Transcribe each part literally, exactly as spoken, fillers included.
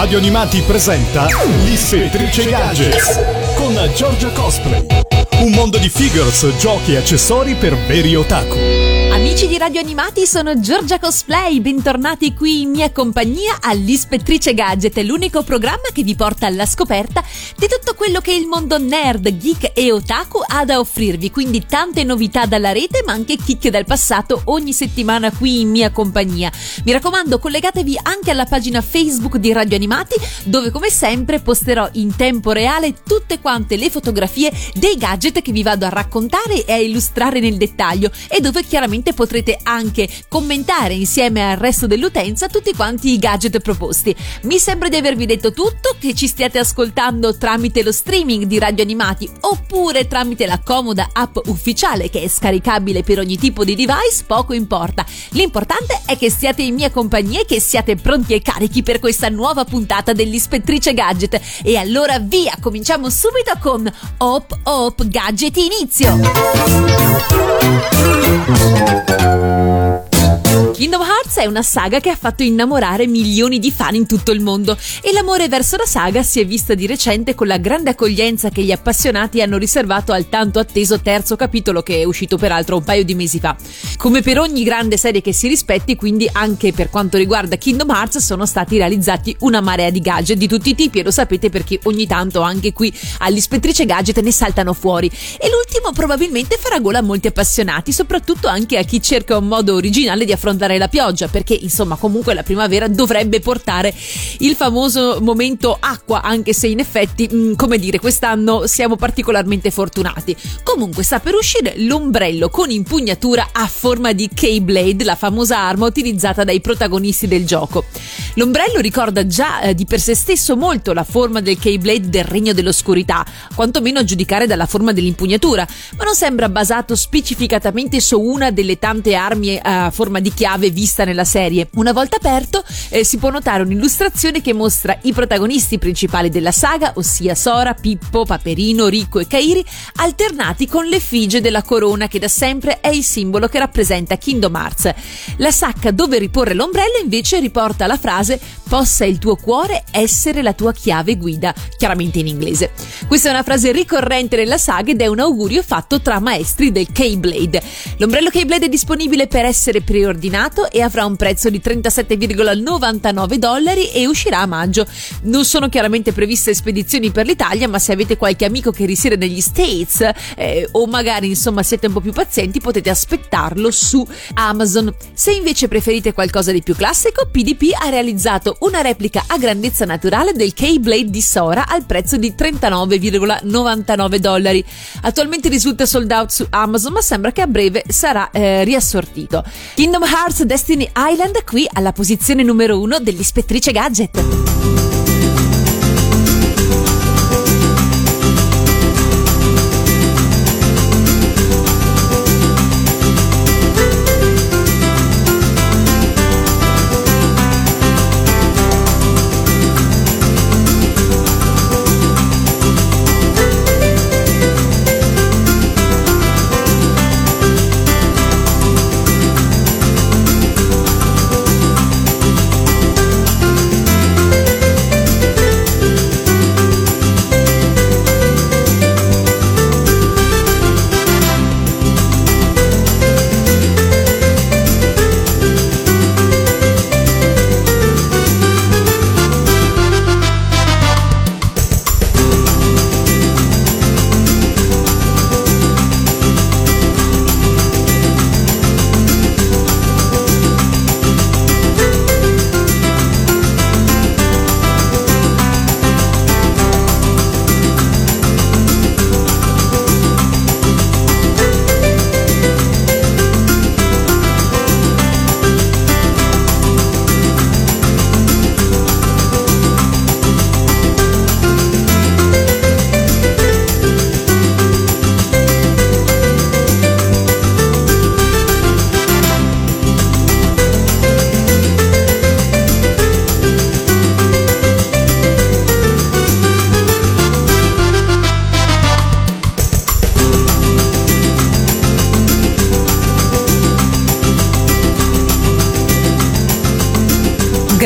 Radio Animati presenta l'Ispettrice Gadgets con Giorgia Cosplay. Un mondo di figures, giochi e accessori per veri otaku. Amici di Radio Animati, sono Giorgia Cosplay, bentornati qui in mia compagnia all'Ispettrice Gadget, l'unico programma che vi porta alla scoperta di tutto quello che il mondo nerd, geek e otaku ha da offrirvi, quindi tante novità dalla rete ma anche chicche dal passato ogni settimana qui in mia compagnia. Mi raccomando, collegatevi anche alla pagina Facebook di Radio Animati, dove come sempre posterò in tempo reale tutte quante le fotografie dei gadget che vi vado a raccontare e a illustrare nel dettaglio, e dove chiaramente potrete anche commentare insieme al resto dell'utenza tutti quanti i gadget proposti. Mi sembra di avervi detto tutto, che ci stiate ascoltando tramite lo streaming di Radio Animati oppure tramite la comoda app ufficiale che è scaricabile per ogni tipo di device, poco importa. L'importante è che siate in mia compagnia e che siate pronti e carichi per questa nuova puntata dell'Ispettrice Gadget. E allora via, cominciamo subito con Hop Hop Gadget Inizio! Kingdom Hearts è una saga che ha fatto innamorare milioni di fan in tutto il mondo, e l'amore verso la saga si è vista di recente con la grande accoglienza che gli appassionati hanno riservato al tanto atteso terzo capitolo, che è uscito peraltro un paio di mesi fa. Come per ogni grande serie che si rispetti, quindi anche per quanto riguarda Kingdom Hearts sono stati realizzati una marea di gadget di tutti i tipi, e lo sapete perché ogni tanto anche qui all'Ispettrice Gadget ne saltano fuori, e l'ultimo probabilmente farà gola a molti appassionati, soprattutto anche a chi cerca un modo originale di affrontare la pioggia, perché insomma comunque la primavera dovrebbe portare il famoso momento acqua, anche se in effetti mh, come dire, quest'anno siamo particolarmente fortunati. Comunque sta per uscire l'ombrello con impugnatura a forma di Keyblade, la famosa arma utilizzata dai protagonisti del gioco. L'ombrello ricorda già eh, di per sé stesso molto la forma del Keyblade del Regno dell'Oscurità, quantomeno a giudicare dalla forma dell'impugnatura, ma non sembra basato specificatamente su una delle tante armi a forma di chiave vista nella serie. Una volta aperto eh, si può notare un'illustrazione che mostra i protagonisti principali della saga, ossia Sora, Pippo, Paperino, Rico e Kairi, alternati con l'effigie della corona, che da sempre è il simbolo che rappresenta Kingdom Hearts. La sacca dove riporre l'ombrello invece riporta la frase "possa il tuo cuore essere la tua chiave guida", chiaramente in inglese. Questa è una frase ricorrente nella saga ed è un augurio fatto tra maestri del Keyblade. L'ombrello Keyblade è disponibile per essere preordinato e avrà un prezzo di trentasette virgola novantanove dollari e uscirà a maggio. Non sono chiaramente previste spedizioni per l'Italia, ma se avete qualche amico che risiede negli States eh, o magari insomma siete un po' più pazienti, potete aspettarlo su Amazon. Se invece preferite qualcosa di più classico, P D P ha realizzato una replica a grandezza naturale del Keyblade di Sora al prezzo di trentanove virgola novantanove dollari. Attualmente risulta sold out su Amazon, ma sembra che a breve sarà eh, riassortito. Kingdom Hearts Destiny Island qui alla posizione numero uno dell'Ispettrice Gadget.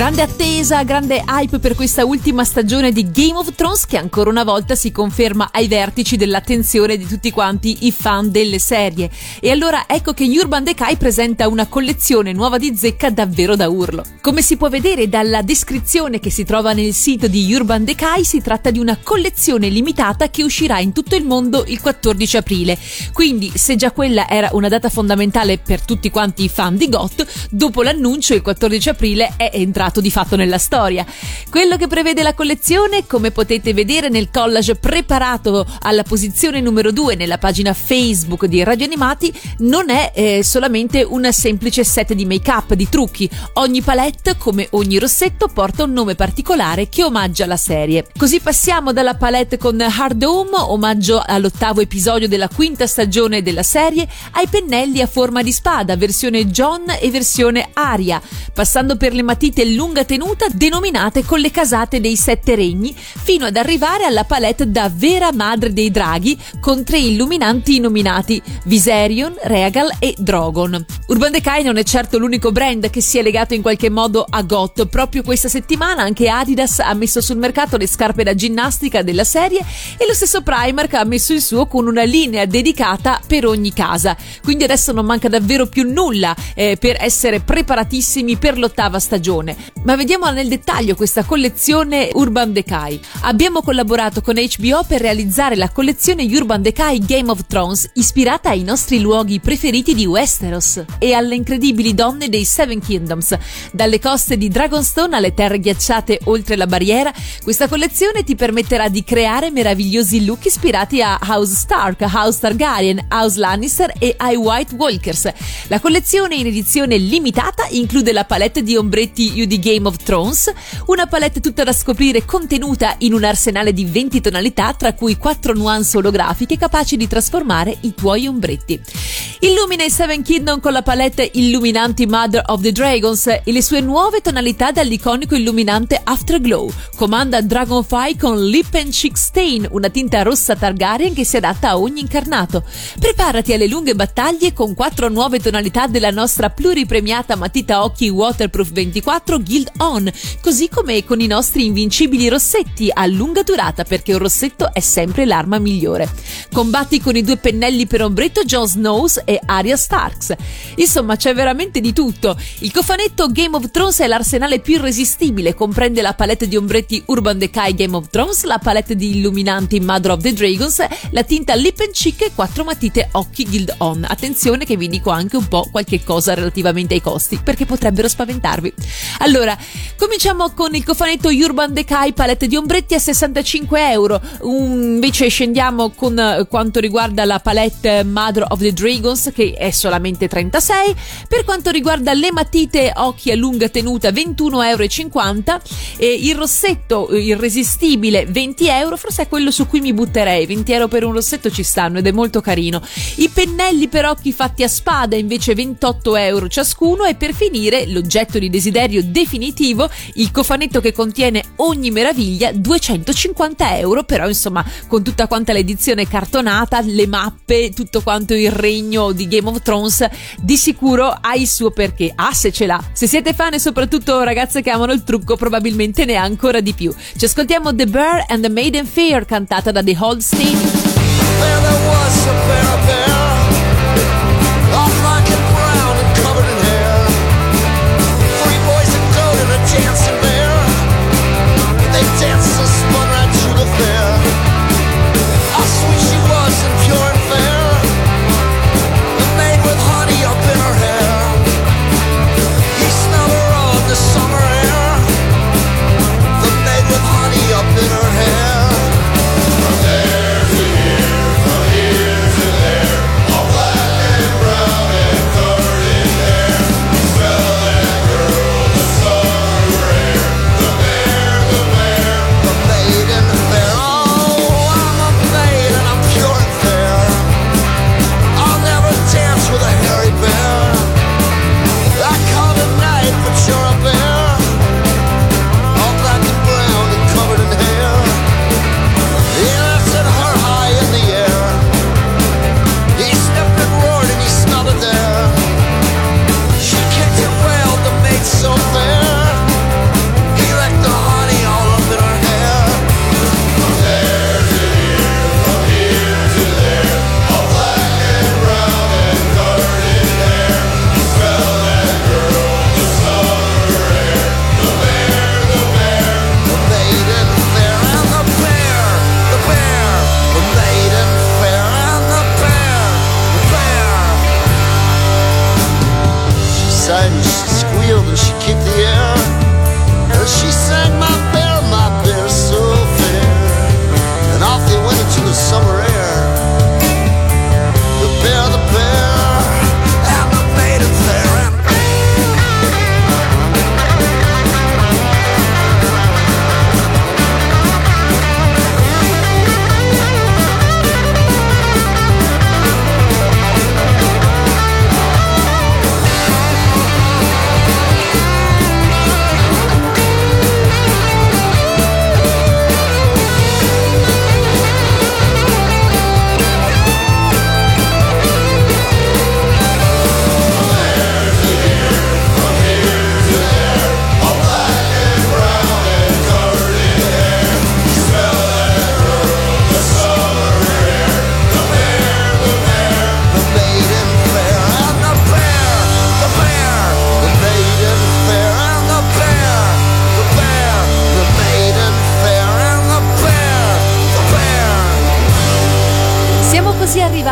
Grande attesa, grande hype per questa ultima stagione di Game of Thrones, che ancora una volta si conferma ai vertici dell'attenzione di tutti quanti i fan delle serie. E allora ecco che Urban Decay presenta una collezione nuova di zecca davvero da urlo. Come si può vedere dalla descrizione che si trova nel sito di Urban Decay, si tratta di una collezione limitata che uscirà in tutto il mondo il quattordici aprile. Quindi, se già quella era una data fondamentale per tutti quanti i fan di G O T, dopo l'annuncio il quattordici aprile è entrato di fatto nella storia. Quello che prevede la collezione, come potete vedere nel collage preparato alla posizione numero due nella pagina Facebook di Radio Animati, non è eh, solamente un semplice set di make-up, di trucchi. Ogni palette, come ogni rossetto, porta un nome particolare che omaggia la serie. Così passiamo dalla palette con Hard Home, omaggio all'ottavo episodio della quinta stagione della serie, ai pennelli a forma di spada, versione Jon e versione Arya, passando per le matite lunga tenuta denominate con le casate dei sette regni, fino ad arrivare alla palette da vera madre dei draghi con tre illuminanti nominati Viserion, Rhaegal e Drogon. Urban Decay non è certo l'unico brand che si è legato in qualche modo a G O T. Proprio questa settimana anche Adidas ha messo sul mercato le scarpe da ginnastica della serie e lo stesso Primark ha messo il suo con una linea dedicata per ogni casa. Quindi adesso non manca davvero più nulla eh, per essere preparatissimi per l'ottava stagione. Ma vediamo nel dettaglio questa collezione Urban Decay. Abbiamo collaborato con H B O per realizzare la collezione Urban Decay Game of Thrones, ispirata ai nostri luoghi preferiti di Westeros e alle incredibili donne dei Seven Kingdoms. Dalle coste di Dragonstone alle terre ghiacciate oltre la barriera, questa collezione ti permetterà di creare meravigliosi look ispirati a House Stark, House Targaryen, House Lannister e ai White Walkers. La collezione in edizione limitata include la palette di ombretti U di Game of Thrones, una palette tutta da scoprire contenuta in un arsenale di venti tonalità, tra cui quattro nuance olografiche capaci di trasformare i tuoi ombretti. Illumina i Seven Kingdom con la palette illuminanti Mother of the Dragons e le sue nuove tonalità dall'iconico illuminante Afterglow. Comanda Dragonfire con Lip and Cheek Stain, una tinta rossa Targaryen che si adatta a ogni incarnato. Preparati alle lunghe battaglie con quattro nuove tonalità della nostra pluripremiata matita occhi Waterproof ventiquattro Guild On, così come con i nostri invincibili rossetti a lunga durata, perché un rossetto è sempre l'arma migliore. Combatti con i due pennelli per ombretto Jon Snows e Arya Starks. Insomma, c'è veramente di tutto. Il cofanetto Game of Thrones è l'arsenale più irresistibile, comprende la palette di ombretti Urban Decay Game of Thrones, la palette di illuminanti Mother of the Dragons, la tinta Lip and Cheek e quattro matite occhi Guild On. Attenzione che vi dico anche un po' qualche cosa relativamente ai costi, perché potrebbero spaventarvi. Allora, cominciamo con il cofanetto Urban Decay palette di ombretti a sessantacinque euro. Um, invece scendiamo con uh, quanto riguarda la palette Mother of the Dragons, che è solamente trentasei. Per quanto riguarda le matite occhi a lunga tenuta ventuno e cinquanta euro, e il rossetto irresistibile venti euro, forse è quello su cui mi butterei. venti euro per un rossetto ci stanno ed è molto carino. I pennelli per occhi fatti a spada invece ventotto euro ciascuno, e per finire l'oggetto di desiderio definitivo, il cofanetto che contiene ogni meraviglia, duecentocinquanta euro, però insomma con tutta quanta l'edizione cartonata, le mappe, tutto quanto il regno di Game of Thrones, di sicuro ha il suo perché. Ah, se ce l'ha. Se siete fan e soprattutto ragazze che amano il trucco, probabilmente ne ha ancora di più. Ci ascoltiamo The Bear and the Maiden Fair, cantata da The Holstein. There was a bear, a bear, all black and brown and covered in hair. Three boys and goat and a dancing bear. They danced and spun right through the fair. How sweet she was and pure and fair, and made with honey up in her hair. He smelled her on the summer air, the maid with honey up in her hair. There's a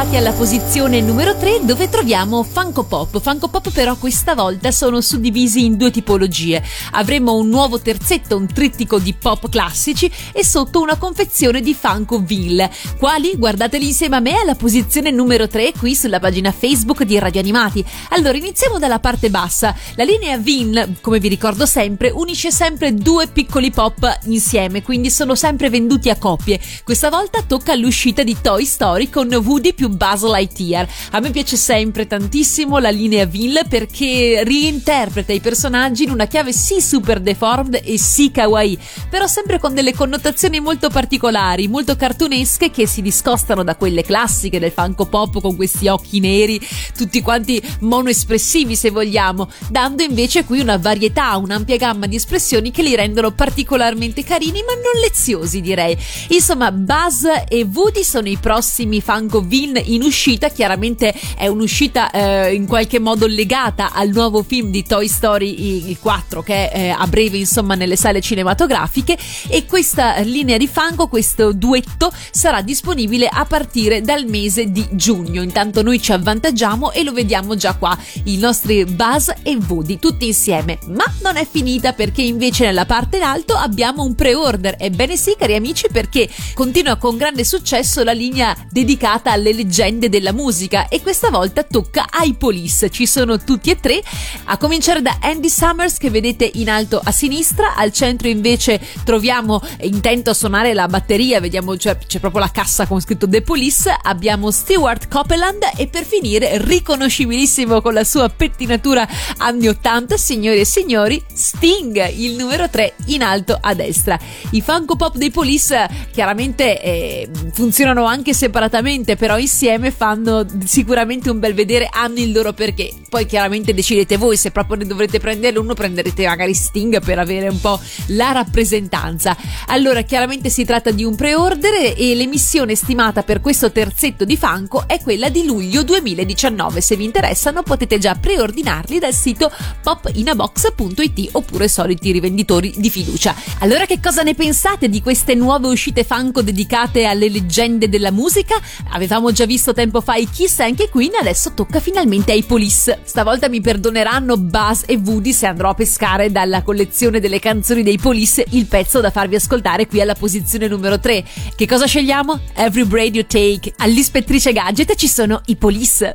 arrivati alla posizione numero tre, dove troviamo Funko Pop. Funko Pop però questa volta sono suddivisi in due tipologie. Avremo un nuovo terzetto, un trittico di pop classici e sotto una confezione di Funkoville. Quali? Guardateli insieme a me alla posizione numero tre qui sulla pagina Facebook di Radio Animati. Allora iniziamo dalla parte bassa. La linea Vin, come vi ricordo sempre, unisce sempre due piccoli pop insieme, quindi sono sempre venduti a coppie. Questa volta tocca all'uscita di Toy Story con Woody più Buzz Lightyear. A me piace sempre tantissimo la linea Vin perché reinterpreta i personaggi in una chiave sì super deformed e sì kawaii, però sempre con delle connotazioni molto particolari, molto cartunesche, che si discostano da quelle classiche del Funko Pop con questi occhi neri, tutti quanti monoespressivi se vogliamo, dando invece qui una varietà, un'ampia gamma di espressioni che li rendono particolarmente carini ma non leziosi, direi. Insomma, Buzz e Woody sono i prossimi Funkoville in uscita. Chiaramente è un'uscita eh, in qualche modo legata al nuovo film di Toy Story il quattro, che è eh, a breve insomma nelle sale cinematografiche, e questa linea di Funko, questo duetto, sarà disponibile a partire dal mese di giugno. Intanto noi ci avvantaggiamo e lo vediamo già qua, i nostri Buzz e Woody tutti insieme. Ma non è finita, perché invece nella parte in alto abbiamo un pre-order. Ebbene sì, cari amici, perché continua con grande successo la linea dedicata alle leggende della musica, e questa volta tocca ai Police. Ci sono tutti e tre, a cominciare da Andy Summers, che vedete in alto a sinistra. Al centro invece troviamo, intento a suonare la batteria, vediamo, cioè, c'è proprio la cassa con scritto The Police. Abbiamo Stewart Copeland e per finire, riconoscibilissimo con la sua pettinatura anni ottanta, signori e signori, Sting, il numero tre in alto a destra. I Funko Pop dei Police chiaramente eh, funzionano anche separatamente, però insieme fanno sicuramente un bel vedere, hanno il loro perché. Poi chiaramente decidete voi se proprio ne dovrete prendere uno, prenderete magari Sting per avere un po' la rappresentanza. Allora, chiaramente si tratta di un pre-order e l'emissione stimata per questo terzetto di Funko è quella di luglio duemiladiciannove. Se vi interessano potete già preordinarli dal sito pop in a box punto it oppure soliti rivenditori di fiducia. Allora, che cosa ne pensate di queste nuove uscite Funko dedicate alle leggende della musica? Avevamo già visto tempo fa i Kiss e anche Queen, adesso tocca finalmente ai Police. Stavolta mi perdoneranno Buzz e Woody se andrò a pescare dalla collezione delle canzoni dei Police il pezzo da farvi ascoltare qui alla posizione numero tre. Che cosa scegliamo? Every Breath You Take. All'Ispettrice Gadget ci sono i Police.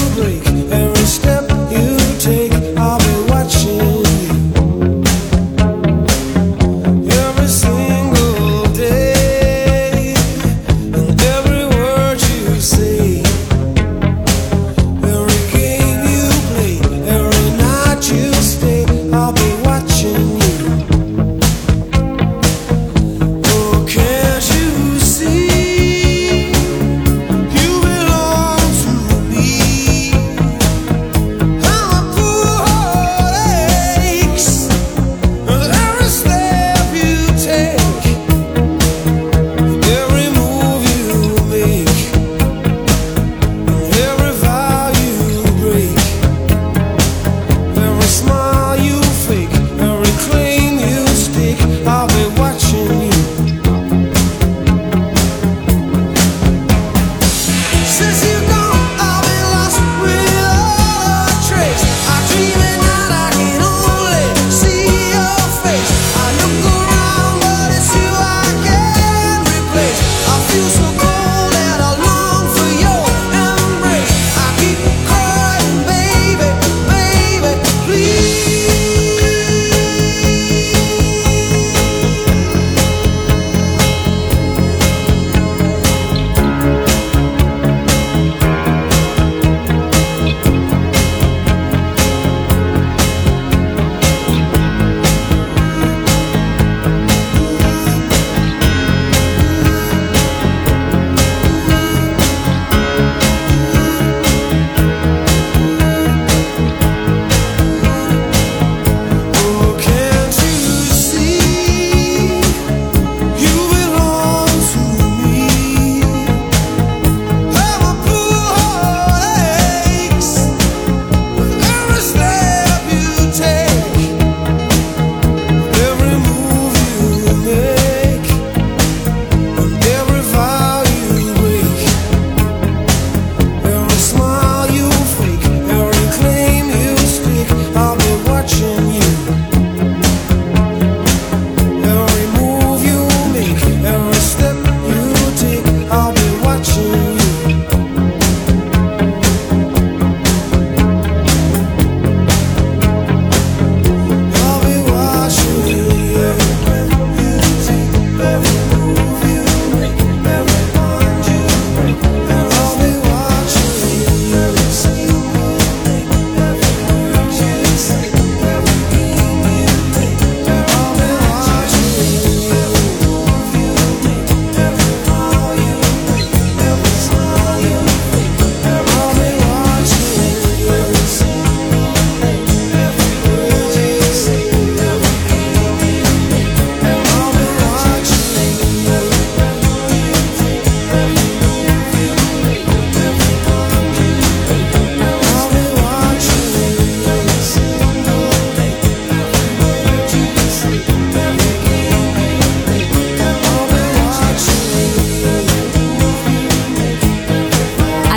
Step you take, I'll be watching you.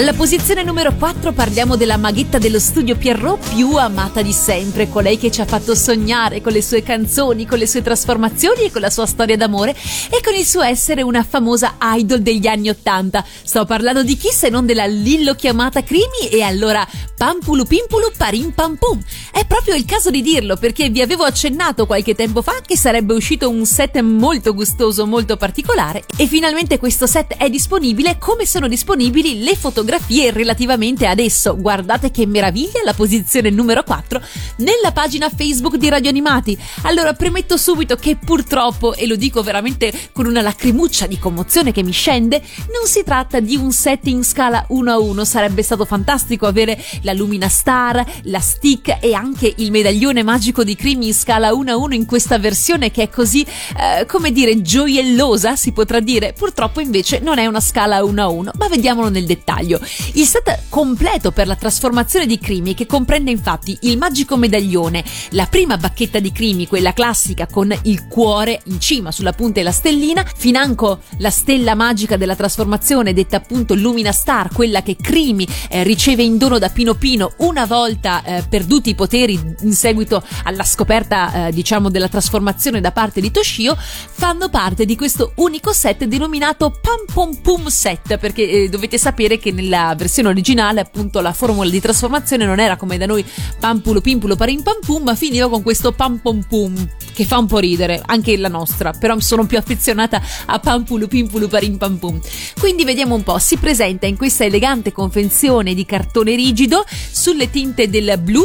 Alla posizione numero quattro parliamo della maghetta dello studio Pierrot più amata di sempre, colei che ci ha fatto sognare con le sue canzoni, con le sue trasformazioni e con la sua storia d'amore e con il suo essere una famosa idol degli anni ottanta. Sto parlando di chi se non della Lillo chiamata Crimi, e allora Pampulu Pimpulu Parim Pam Pum. È proprio il caso di dirlo, perché vi avevo accennato qualche tempo fa che sarebbe uscito un set molto gustoso, molto particolare, e finalmente questo set è disponibile, come sono disponibili le fotografie relativamente ad esso. Guardate che meraviglia, la posizione numero quattro nella pagina Facebook di Radio Animati. Allora premetto subito che purtroppo, e lo dico veramente con una lacrimuccia di commozione che mi scende, non si tratta di un set in scala uno a uno. Sarebbe stato fantastico avere la Lumina Star, la stick e anche il medaglione magico di Crimi in scala uno a uno in questa versione che è così, eh, come dire, gioiellosa, si potrà dire. Purtroppo invece non è una scala uno a uno, ma vediamolo nel dettaglio. Il set completo per la trasformazione di Crimi, che comprende infatti il magico medaglione, la prima bacchetta di Crimi, quella classica con il cuore in cima sulla punta e la stellina, financo la stella magica della trasformazione detta appunto Lumina Star, quella che Crimi eh, riceve in dono da Pino Pino una volta eh, perduti i poteri in seguito alla scoperta eh, diciamo della trasformazione da parte di Toshio. Fanno parte di questo unico set denominato Pam Pom Pum Set, perché eh, dovete sapere che nella versione originale appunto la formula di trasformazione non era come da noi Pampulo Pimpulo Parim Pam Pum, ma finiva con questo Pam Pom Pum, che fa un po' ridere, anche la nostra, però sono più affezionata a Pampulo Pimpulu Parim Pam Pum. Quindi vediamo un po', si presenta in questa elegante confezione di cartone rigido sulle tinte del blu,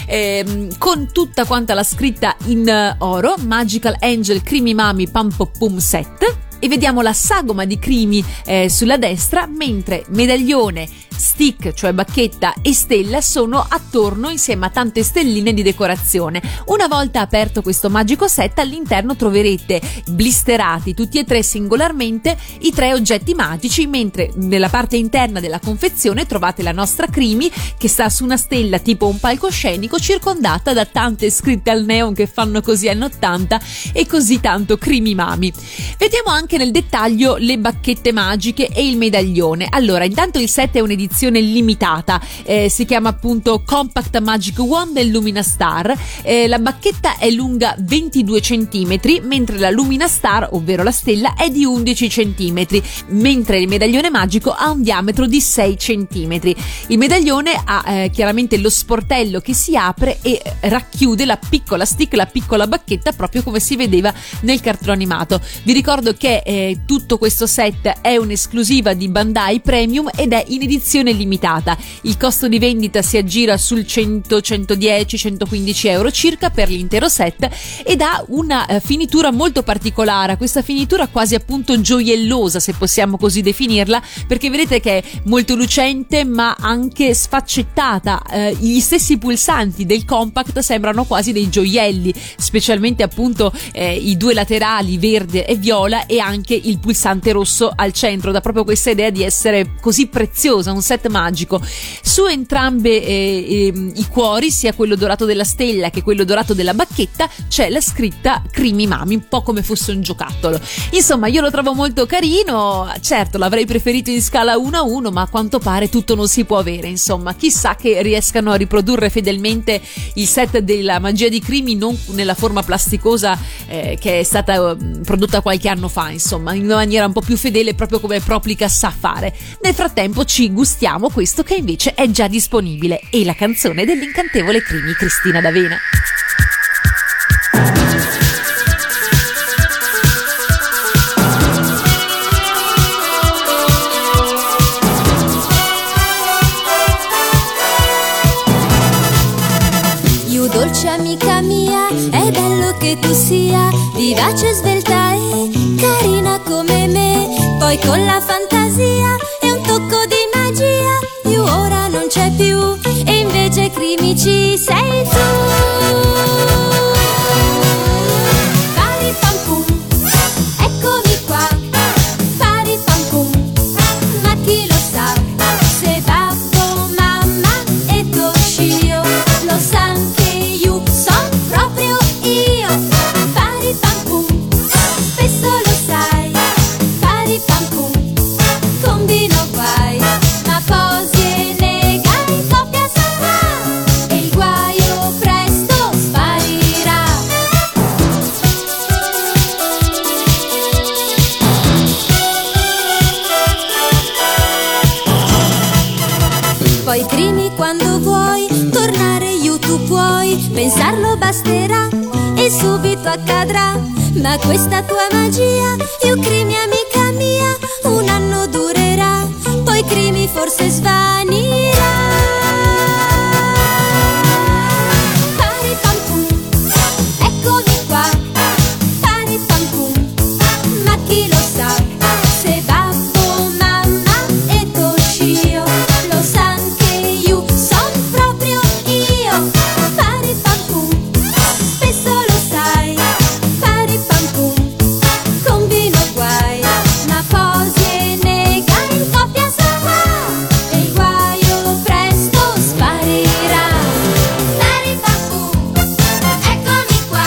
ehm, con tutta quanta la scritta in oro, Magical Angel Crimi Mami Pam Pom Pum Set, e vediamo la sagoma di Crimi eh, sulla destra, mentre medaglione, stick, cioè bacchetta, e stella sono attorno insieme a tante stelline di decorazione. Una volta aperto questo magico set, all'interno troverete blisterati tutti e tre singolarmente i tre oggetti magici, mentre nella parte interna della confezione trovate la nostra Crimi che sta su una stella tipo un palcoscenico, circondata da tante scritte al neon che fanno così anni ottanta e così tanto Crimi Mami. Vediamo anche nel dettaglio le bacchette magiche e il medaglione. Allora, intanto il set è un'edizione limitata, eh, si chiama appunto Compact Magic Wand e Lumina Star. Eh, la bacchetta è lunga ventidue centimetri, mentre la Lumina Star, ovvero la stella, è di undici centimetri, mentre il medaglione magico ha un diametro di sei centimetri. Il medaglione ha eh, chiaramente lo sportello che si apre e racchiude la piccola stick, la piccola bacchetta, proprio come si vedeva nel cartone animato. Vi ricordo che eh, tutto questo set è un'esclusiva di Bandai Premium ed è in edizione limitata. Il costo di vendita si aggira sul cento, centodieci, centoquindici euro circa per l'intero set, ed ha una eh, finitura molto particolare, questa finitura quasi appunto gioiellosa, se possiamo così definirla, perché vedete che è molto lucente ma anche sfaccettata. Eh, gli stessi pulsanti del compact sembrano quasi dei gioielli, specialmente appunto eh, i due laterali verde e viola, e anche il pulsante rosso al centro, dà proprio questa idea di essere così preziosa, un set magico. Su entrambe eh, eh, i cuori, sia quello dorato della stella che quello dorato della bacchetta, c'è la scritta Crimi Mami, un po' come fosse un giocattolo. Insomma, io lo trovo molto carino. Certo, l'avrei preferito in scala uno a uno, ma a quanto pare tutto non si può avere. Insomma, chissà che riescano a riprodurre fedelmente il set della magia di Crimi, non nella forma plasticosa eh, che è stata eh, prodotta qualche anno fa, insomma, in una maniera un po' più fedele, proprio come Proplica sa fare. Nel frattempo ci gustiamo questo che invece è già disponibile, e la canzone dell'incantevole Crimi Cristina D'Avena. Io dolce amica mia, è bello che tu sia vivace, svelta e carina come me, poi con la fantasia e un tocco di magia, io ora non c'è più e invece Crimi ci sei tu. Pari pam pum, eccomi qua, pari pam pum, ma chi lo sa, se babbo, mamma e Toshio lo san che io son proprio io. Pari pam pum, spesso lo sai, pari pam pum, Pensarlo basterà e subito accadrà. Ma questa tua magia, io crimi amica mia, un anno durerà, poi crimi forse svanirà. Pari pam pum, eccomi qua, pari pam pum, ma chi lo sa, se babbo, mamma e Toshio lo san che io son proprio io. Pari pam pum, spesso lo sai, pari pam pum, combino guai, ma posi e nega in coppia sarà, e il guaio presto sparirà. Pari pam pum, eccomi qua,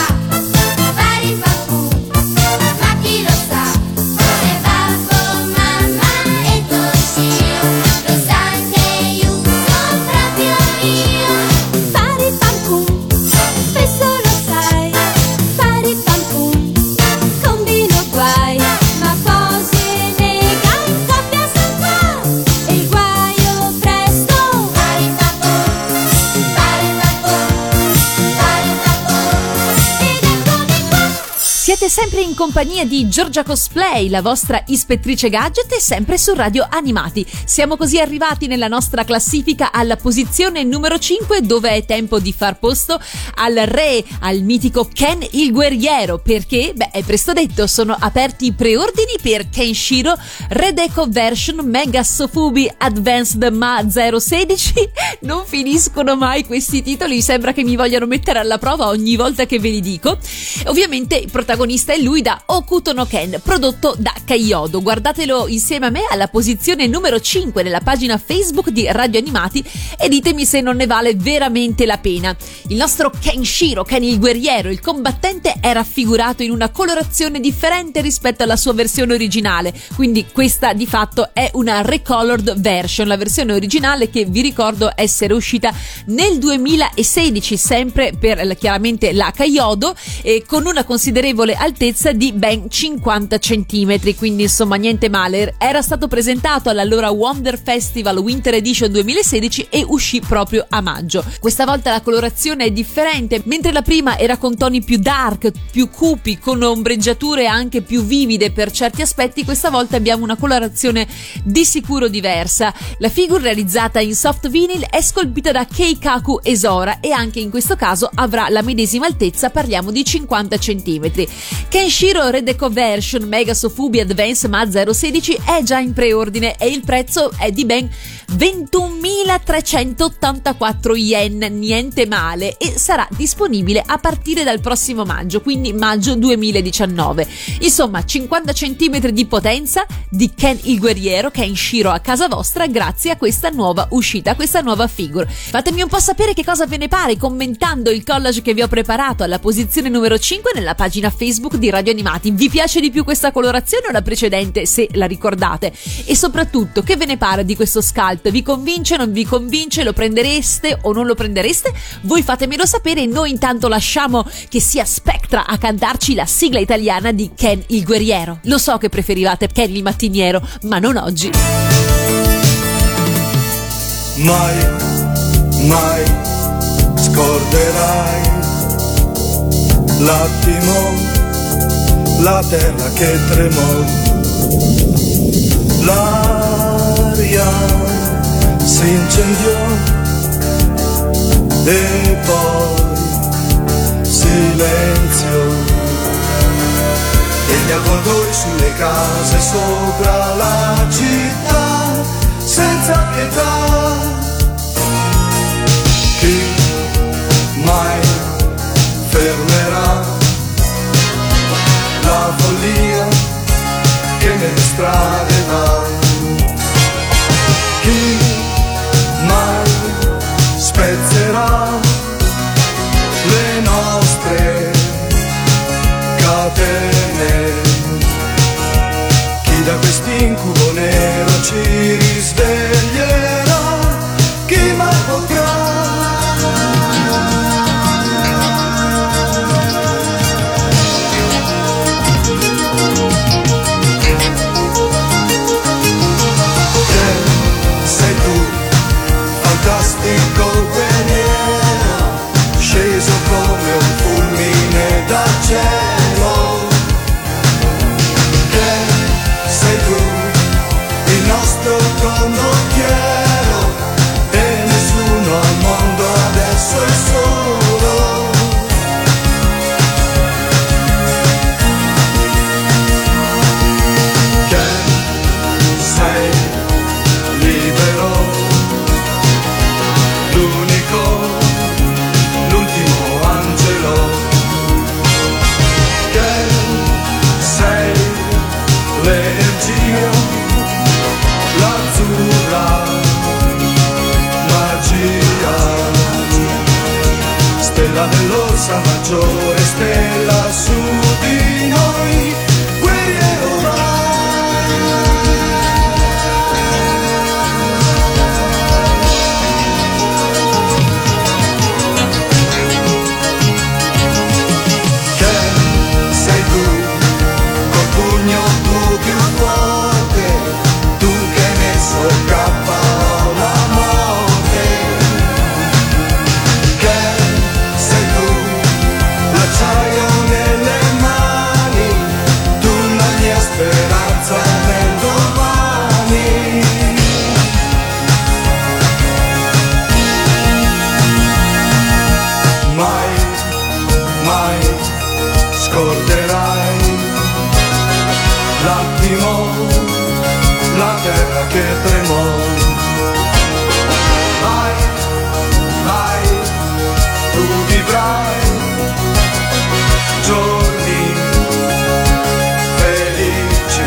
pari pam pum, ma chi lo sa, se babbo, mamma e Toshio lo san che io son proprio io. Pari pam pum, spesso lo sai, pari pam pum, combino guai, ma posi e nega in coppia sarà, e il guaio presto. Pari pam pum, pari pam pum, pari pam pum, ed eccomi qua. Siete sempre in compagnia di Giorgia Cosplay, la vostra ispettrice gadget, e sempre su Radio Animati. Siamo così arrivati nella nostra classifica alla posizione numero cinque, dove è tempo di far posto al re, al mitico Ken il guerriero, perché, beh, è presto detto, sono aperti i preordini per Kenshiro Red Echo Version Mega Sofubi Advanced M A zero sedici. Non finiscono mai questi titoli, sembra che mi vogliano mettere alla prova ogni volta che ve li dico. Ovviamente il protagonista è lui, da Okuto no Ken, prodotto da Kyoto. Guardatelo insieme a me alla posizione numero cinque nella pagina Facebook di Radio Animati e ditemi se non ne vale veramente la pena. Il nostro Kenshiro, Ken il guerriero, il combattente, è raffigurato in una colorazione differente rispetto alla sua versione originale, quindi questa di fatto è una recolored version, la versione originale che vi ricordo essere uscita nel duemilasedici, sempre per chiaramente la Kyoto, e con una considerevole altezza di ben cinquanta centimetri, quindi insomma niente male. Era stato presentato all'allora Wonder Festival Winter Edition duemilasedici e uscì proprio a maggio. Questa volta la colorazione è differente, mentre la prima era con toni più dark, più cupi, con ombreggiature anche più vivide per certi aspetti, questa volta abbiamo una colorazione di sicuro diversa. La figure, realizzata in soft vinyl, è scolpita da Keikaku Esora e anche in questo caso avrà la medesima altezza, parliamo di cinquanta centimetri. Kenshiro Red Echo Version Mega Sofubi Advance M A zero sedici è già in preordine e il prezzo è di ben ventunomilatrecentottantaquattro yen, niente male, e sarà disponibile a partire dal prossimo maggio, quindi maggio duemiladiciannove. Insomma, cinquanta centimetri di potenza di Ken il guerriero, Kenshiro a casa vostra grazie a questa nuova uscita, a questa nuova figure. Fatemi un po' sapere che cosa ve ne pare commentando il collage che vi ho preparato alla posizione numero cinque nella pagina Facebook di Radio Animati. Vi piace di più questa colorazione o la precedente, se la ricordate? E soprattutto, che ve ne pare di questo scalp? Vi convince, non vi convince? Lo prendereste o non lo prendereste? Voi fatemelo sapere. Noi intanto lasciamo che sia Spectra a cantarci la sigla italiana di Ken il guerriero. Lo so che preferivate Ken il mattiniero, ma non oggi. Mai, mai scorderai l'attimo, la terra che tremò, l'aria si incendiò e poi silenzio, e gli avvoltoi sulle case sopra la città senza pietà. Chi mai fermerà la follia che nelle strade va? Chi mai spezzerà le nostre catene? Chi da quest'incubo nero ci risveglierà? avrà magia. Stella dell'Orsa Maggiore, stella su di noi, guerriero vai. Che tremò, vai, vai, tu vivrai giorni felici.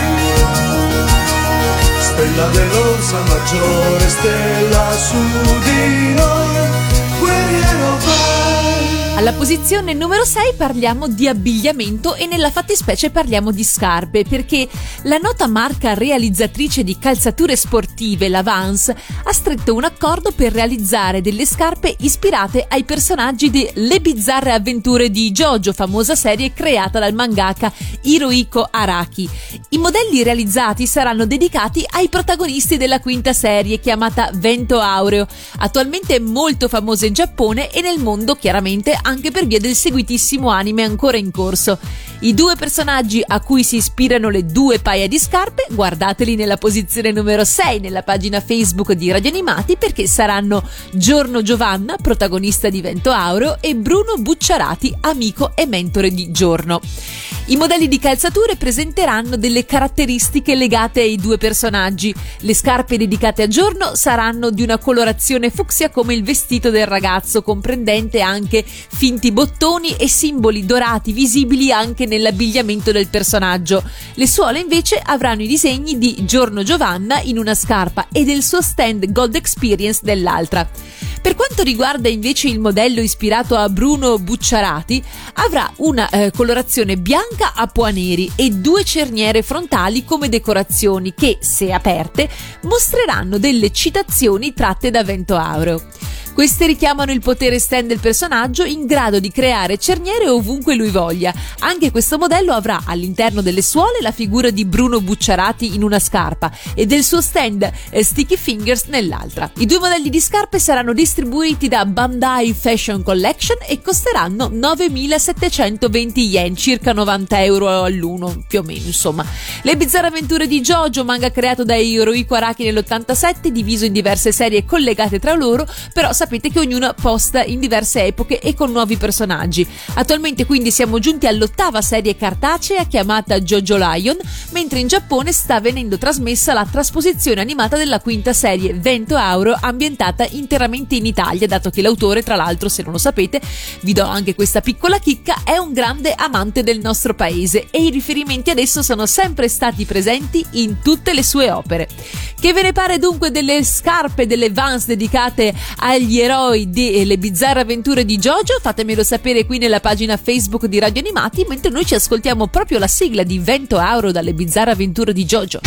Stella dell'Orsa Maggiore, stella su di noi, guerriero vai. Alla posizione numero sei parliamo di abbigliamento e nella fattispecie parliamo di scarpe, perché la nota marca realizzatrice di calzature sportive, la Vans, ha stretto un accordo per realizzare delle scarpe ispirate ai personaggi di Le bizzarre avventure di JoJo, famosa serie creata dal mangaka Hirohiko Araki. I modelli realizzati saranno dedicati ai protagonisti della quinta serie, chiamata Vento Aureo, attualmente molto famosa in Giappone e nel mondo, chiaramente anche per via del seguitissimo anime ancora in corso. I due personaggi a cui si ispirano le due paia di scarpe, guardateli nella posizione numero sei nella pagina Facebook di Radio Animati, perché saranno Giorno Giovanna, protagonista di Vento Aureo, e Bruno Bucciarati, amico e mentore di Giorno. I modelli di calzature presenteranno delle caratteristiche legate ai due personaggi. Le scarpe dedicate a Giorno saranno di una colorazione fucsia come il vestito del ragazzo, comprendente anche finti bottoni e simboli dorati visibili anche nell'abbigliamento del personaggio. Le suole invece avranno i disegni di Giorno Giovanna in una scarpa e del suo stand Gold Experience nell'altra. Per quanto riguarda invece il modello ispirato a Bruno Bucciarati, avrà una eh, colorazione bianca a pois neri e due cerniere frontali come decorazioni che, se aperte, mostreranno delle citazioni tratte da Vento Aureo. Queste richiamano il potere stand del personaggio, in grado di creare cerniere ovunque lui voglia. Anche questo modello avrà all'interno delle suole la figura di Bruno Bucciarati in una scarpa e del suo stand eh, Sticky Fingers nell'altra. I due modelli di scarpe saranno distribuiti da Bandai Fashion Collection e costeranno novemilasettecentoventi yen, circa novanta euro all'uno, più o meno, insomma. Le bizzarre avventure di JoJo, manga creato da Hirohiko Araki nell'ottantasette, diviso in diverse serie collegate tra loro, però sapete che ognuna posta in diverse epoche e con nuovi personaggi. Attualmente quindi siamo giunti all'ottava serie cartacea chiamata JoJo Lion, mentre in Giappone sta venendo trasmessa la trasposizione animata della quinta serie Vento Aureo, ambientata interamente in Italia, dato che l'autore, tra l'altro, se non lo sapete, vi do anche questa piccola chicca, è un grande amante del nostro paese e i riferimenti ad esso sono sempre stati presenti in tutte le sue opere. Che ve ne pare dunque delle scarpe delle Vans dedicate agli eroi delle bizzarre avventure di JoJo? Fatemelo sapere qui nella pagina Facebook di Radio Animati, mentre noi ci ascoltiamo proprio la sigla di Vento Aureo dalle bizzarre avventure di JoJo.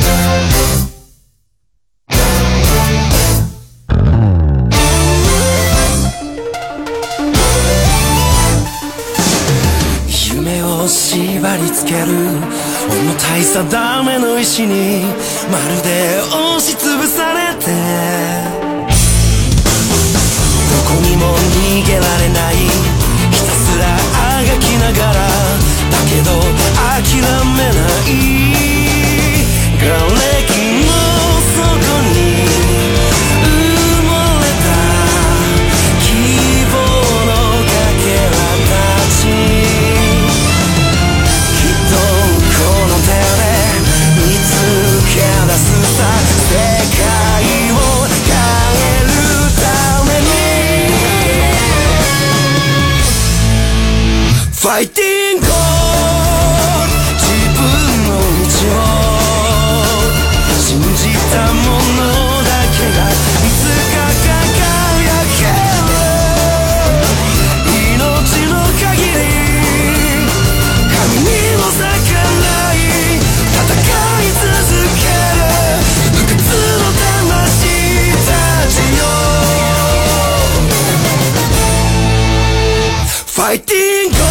縛り付ける重たい定めの石にまるで押しつぶされてどこにも逃げられないひたすらあがきながらだけど諦めない瓦礫の底に埋もれた希望のかけらたち出すさ世界を変えるために Fighting cold.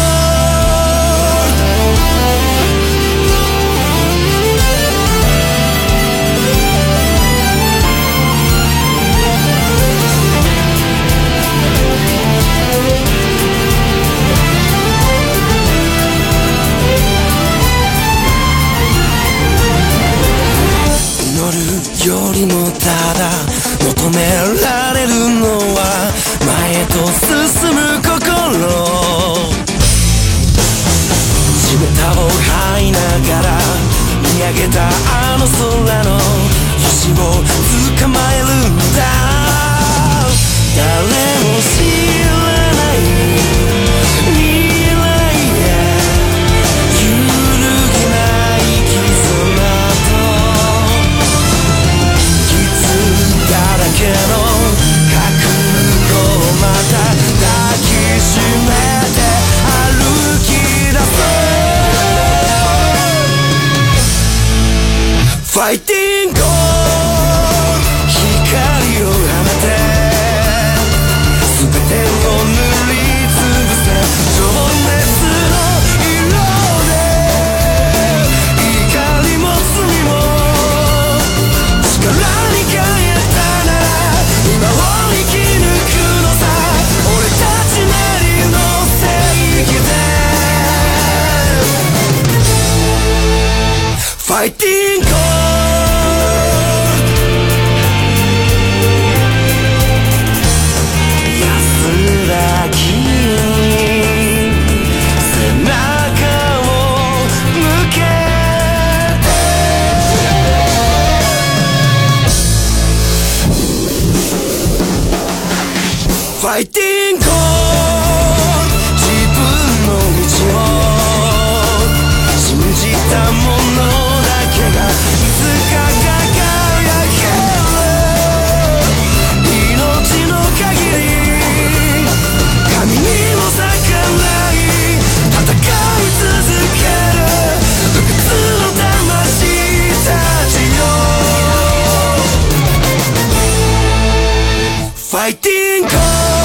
よりもただ求められるのは前へと進む心、地べたを這いながら見上げたあの空の星を捕まえるんだ。誰も知らない未来へ揺るぎない絆だらけの覚悟をまた抱きしめて歩き出そう。ファイティング光を放て全てを塗りつぶせ情熱の色で怒りも罪も力に変え今を生き抜くのさ俺たちなりの正義でファイティング安らぎに背中を向けファイティング自分の道を信じたものだけがいつか輝ける命の限り神にも逆らい戦い続ける不屈の魂たちよファイティング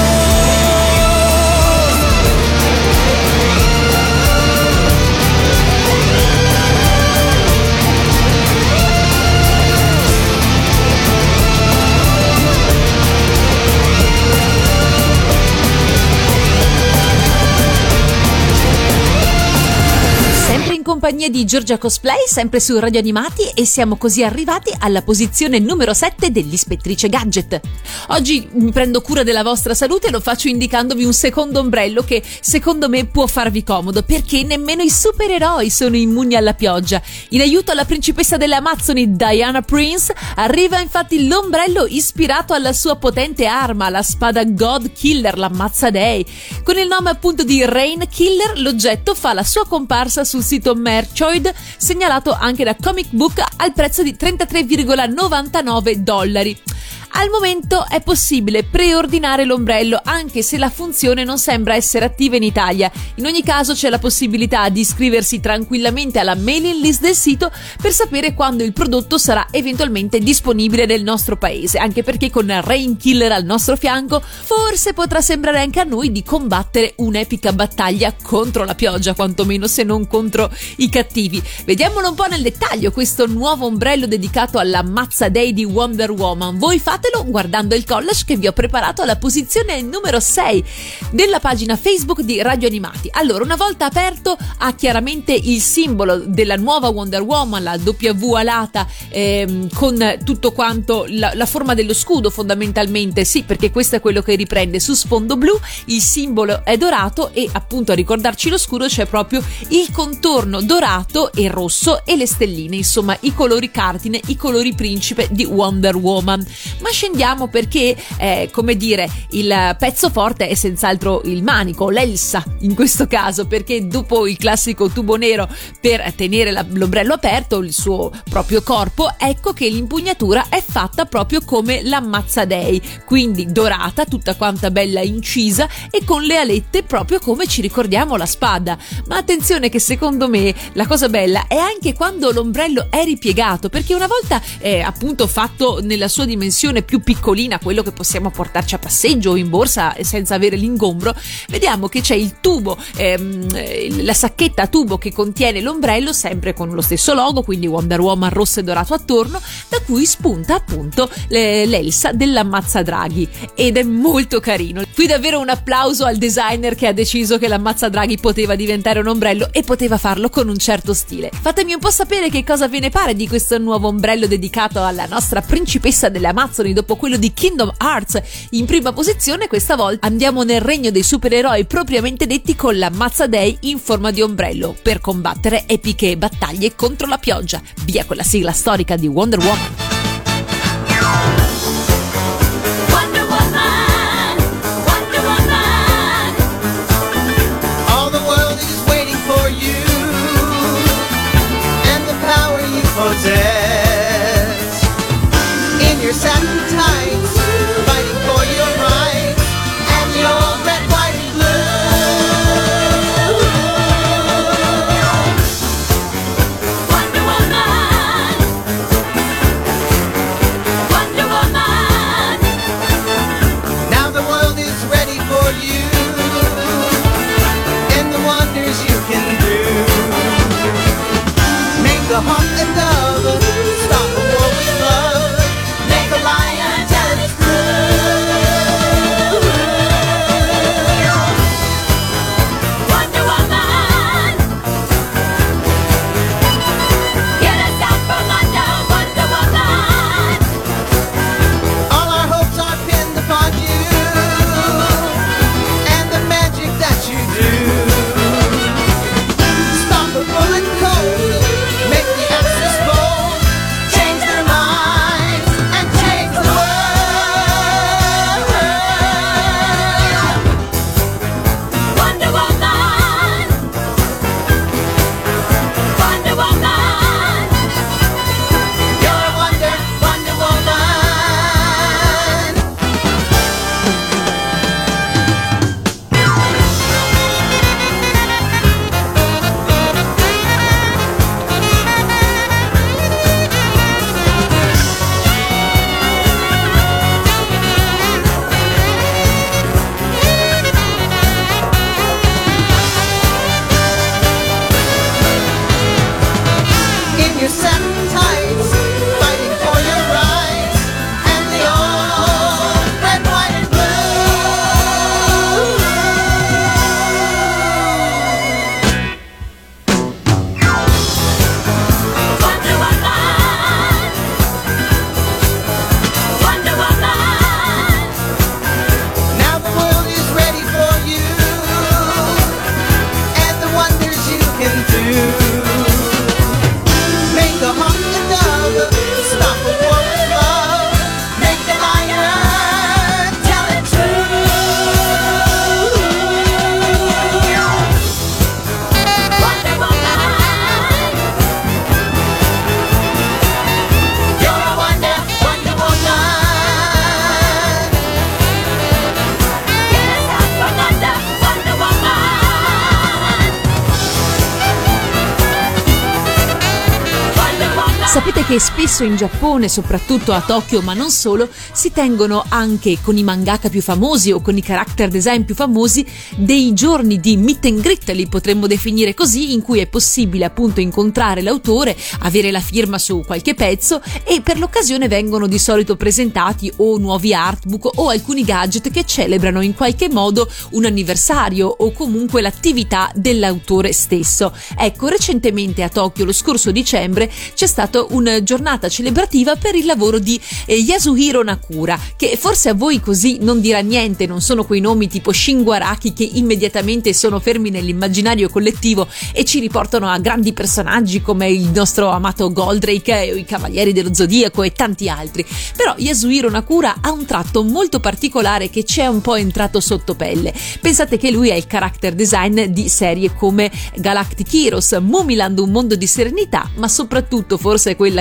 in compagnia di Giorgia Cosplay, sempre su Radio Animati, e siamo così arrivati alla posizione numero sette dell'Ispettrice Gadget. Oggi mi prendo cura della vostra salute e lo faccio indicandovi un secondo ombrello che secondo me può farvi comodo, perché nemmeno i supereroi sono immuni alla pioggia. In aiuto alla principessa delle Amazzoni Diana Prince arriva infatti l'ombrello ispirato alla sua potente arma, la spada God Killer, l'ammazza dei. Con il nome appunto di Rain Killer, l'oggetto fa la sua comparsa sul sito Merchoid, segnalato anche da Comic Book al prezzo di trentatré virgola novantanove dollari. Al momento è possibile preordinare l'ombrello, anche se la funzione non sembra essere attiva in Italia. In ogni caso c'è la possibilità di iscriversi tranquillamente alla mailing list del sito per sapere quando il prodotto sarà eventualmente disponibile nel nostro paese, anche perché con Rain Killer al nostro fianco forse potrà sembrare anche a noi di combattere un'epica battaglia contro la pioggia, quantomeno se non contro i cattivi. Vediamolo un po' nel dettaglio questo nuovo ombrello dedicato all'ammazza dei di Wonder Woman. Voi fate guardando il collage che vi ho preparato alla posizione numero sei della pagina Facebook di Radio Animati. Allora, una volta aperto, ha chiaramente il simbolo della nuova Wonder Woman, la W alata, ehm, con tutto quanto la, la forma dello scudo fondamentalmente, sì, perché questo è quello che riprende su sfondo blu. Il simbolo è dorato e appunto a ricordarci lo scudo c'è proprio il contorno dorato e rosso e le stelline, insomma i colori cardine, i colori principe di Wonder Woman. Ma scendiamo perché, eh, come dire, il pezzo forte è senz'altro il manico, l'elsa in questo caso, perché dopo il classico tubo nero per tenere la, l'ombrello aperto, il suo proprio corpo, ecco che l'impugnatura è fatta proprio come l'ammazza dei, quindi dorata, tutta quanta bella incisa e con le alette proprio come ci ricordiamo la spada. Ma attenzione che secondo me la cosa bella è anche quando l'ombrello è ripiegato, perché una volta eh, appunto fatto nella sua dimensione versione più piccolina, quello che possiamo portarci a passeggio o in borsa senza avere l'ingombro, vediamo che c'è il tubo, ehm, la sacchetta a tubo che contiene l'ombrello, sempre con lo stesso logo, quindi Wonder Woman rosso e dorato attorno, da cui spunta appunto le, l'Elsa dell'Ammazzadraghi, ed è molto carino. Qui davvero un applauso al designer che ha deciso che l'Ammazzadraghi poteva diventare un ombrello e poteva farlo con un certo stile. Fatemi un po' sapere che cosa ve ne pare di questo nuovo ombrello dedicato alla nostra principessa delle Amazzoni, dopo quello di Kingdom Hearts in prima posizione. Questa volta andiamo nel regno dei supereroi propriamente detti con l'Ammazzadei in forma di ombrello per combattere epiche battaglie contro la pioggia. Via con la sigla storica di Wonder Woman. Wonder Woman, Wonder Woman. All the world is waiting for you and the power you possess. In your satin tights, fighting for your rights and your red, white, and blue. Wonder Woman, Wonder Woman. Now the world is ready for you and the wonders you can do. Make the hawk and dove, stop the war with love, make a lion tell its truth. Wonder Woman, get us out from under. Wonder Woman, All our hopes are pinned upon you and the magic that you do. Stop the bullet cold, make the axis bold, change their minds and change the world. Wonder Woman, Wonder Woman. You're a wonder, Wonder Woman. In your satin tights, fighting for your rights and the old red, white, and blue. Wonder Woman, Wonder Woman. Now the world is ready for you and the wonders you can do. Make the hawk and dove, stop the war with love, make the lion tell it true. Wonder Woman, You're a wonder, Wonder Woman. get us out from under. Wonder Woman, Wonder Woman. Sapete che spesso in Giappone, soprattutto a Tokyo, ma non solo, si tengono anche con i mangaka più famosi o con i character design più famosi dei giorni di meet and greet, li potremmo definire così, in cui è possibile appunto incontrare l'autore, avere la firma su qualche pezzo, e per l'occasione vengono di solito presentati o nuovi artbook o alcuni gadget che celebrano in qualche modo un anniversario o comunque l'attività dell'autore stesso. Ecco, recentemente a Tokyo, lo scorso dicembre, c'è stata una giornata celebrativa per il lavoro di eh, Yasuhiro Nakura, che forse a voi così non dirà niente, non sono quei nomi tipo Shinguaraki che immediatamente sono fermi nell'immaginario collettivo e ci riportano a grandi personaggi come il nostro amato Goldrake o i Cavalieri dello Zodiaco e tanti altri. Però Yasuhiro Nakura ha un tratto molto particolare che ci è un po' entrato sotto pelle. Pensate che lui è il character design di serie come Galactic Heroes, Mumiland, un mondo di serenità, ma soprattutto forse quella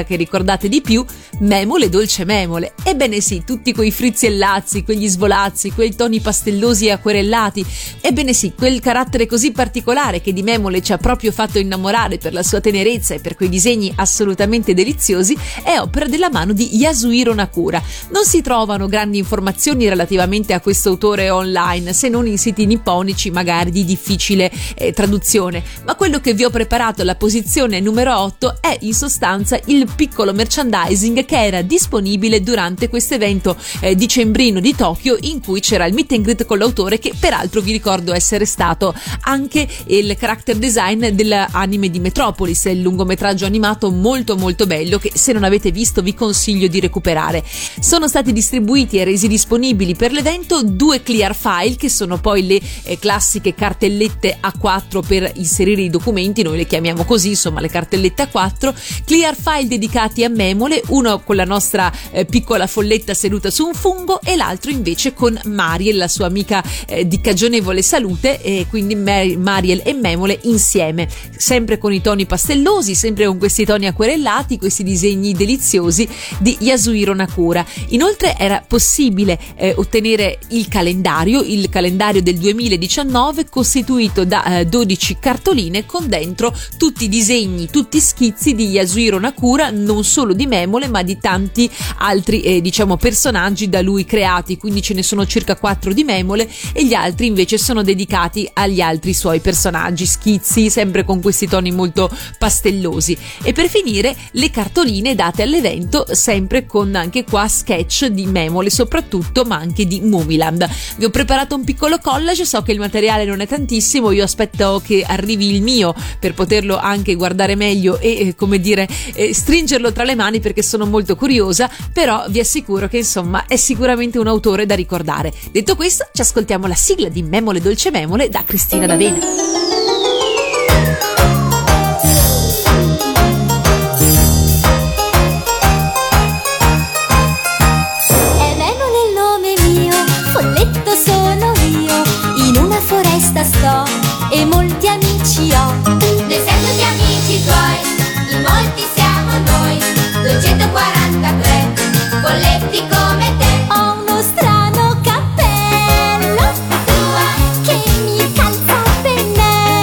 quella che ricordate di più, Memole dolce Memole. Ebbene sì, tutti quei frizzi e lazzi, quegli svolazzi, quei toni pastellosi e acquerellati, ebbene sì, quel carattere così particolare che di Memole ci ha proprio fatto innamorare per la sua tenerezza e per quei disegni assolutamente deliziosi, è opera della mano di Yasuhiro Nakura. Non si trovano grandi informazioni relativamente a questo autore online, se non in siti nipponici magari di difficile eh, traduzione, ma quello che vi ho preparato alla posizione numero otto è in sostanza il piccolo merchandising che era disponibile durante questo evento eh, dicembrino di Tokyo, in cui c'era il meet and greet con l'autore, che peraltro vi ricordo essere stato anche il character design dell'anime di Metropolis, il lungometraggio animato molto molto bello che, se non avete visto, vi consiglio di recuperare. Sono stati distribuiti e resi disponibili per l'evento due clear file, che sono poi le eh, classiche cartellette A quattro per inserire i documenti, noi le chiamiamo così, insomma le cartellette A quattro, clear file dedicati a Memole, uno con la nostra eh, piccola folletta seduta su un fungo e l'altro invece con Mariel, la sua amica eh, di cagionevole salute, e quindi Mar- Mariel e Memole insieme, sempre con i toni pastellosi, sempre con questi toni acquerellati, questi disegni deliziosi di Yasuhiro Nakura. Inoltre era possibile eh, ottenere il calendario, il calendario del duemiladiciannove, costituito da eh, dodici cartoline con dentro tutti i disegni, tutti schizzi di Yasuhiro Nakura, non solo di Memole ma di tanti altri eh, diciamo personaggi da lui creati, quindi ce ne sono circa quattro di Memole e gli altri invece sono dedicati agli altri suoi personaggi, schizzi sempre con questi toni molto pastellosi. E per finire le cartoline date all'evento, sempre con anche qua sketch di Memole soprattutto, ma anche di Mumiland. Vi ho preparato un piccolo collage, so che il materiale non è tantissimo, io aspetto che arrivi il mio per poterlo anche guardare meglio e eh, come dire eh, stringerlo tra le mani, perché sono molto curiosa, però vi assicuro che insomma è sicuramente un autore da ricordare. Detto questo, ci ascoltiamo la sigla di Memole dolce Memole da Cristina D'Avena. È Memole il nome mio, folletto sono io, in una foresta sto e molti amici ho. Noi siamo gli amici tuoi, in molti siamo noi, duecentoquarantatré, folletti come te. Ho uno strano cappello Tua, che mi calza a pennello.